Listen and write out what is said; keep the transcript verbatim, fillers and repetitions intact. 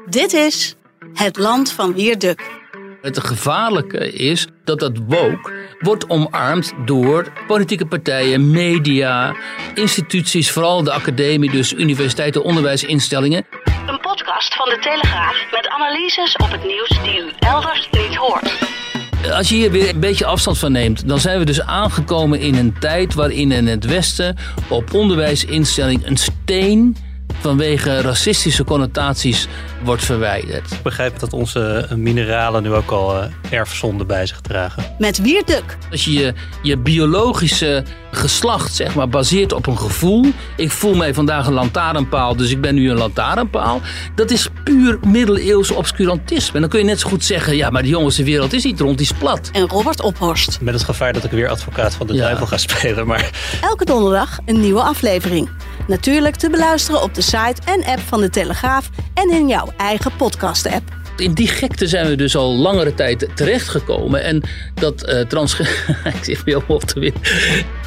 Dit is Het Land van Wierduk. Het gevaarlijke is dat dat woke wordt omarmd door politieke partijen, media, instituties, vooral de academie, dus universiteiten, onderwijsinstellingen. Een podcast van de Telegraaf met analyses op het nieuws die u elders niet hoort. Als je hier weer een beetje afstand van neemt, dan zijn we dus aangekomen in een tijd waarin in het Westen op onderwijsinstellingen een steen vanwege racistische connotaties wordt verwijderd. Ik begrijp dat onze mineralen nu ook al uh, erfzonde bij zich dragen. Met Wierduk. Als je, je je biologische geslacht zeg maar baseert op een gevoel. Ik voel mij vandaag een lantaarnpaal, dus ik ben nu een lantaarnpaal. Dat is puur middeleeuws obscurantisme. En dan kun je net zo goed zeggen, ja, maar de jongens, de wereld is niet rond, die is plat. En Robert Ophorst. Met het gevaar dat ik weer advocaat van de Ja. duivel ga spelen. Maar Elke donderdag een nieuwe aflevering. Natuurlijk te beluisteren op de site en app van de Telegraaf en in jouw eigen podcast-app. In die gekte zijn we dus al langere tijd terechtgekomen. En dat uh, trans... ik zit weer op te winnen.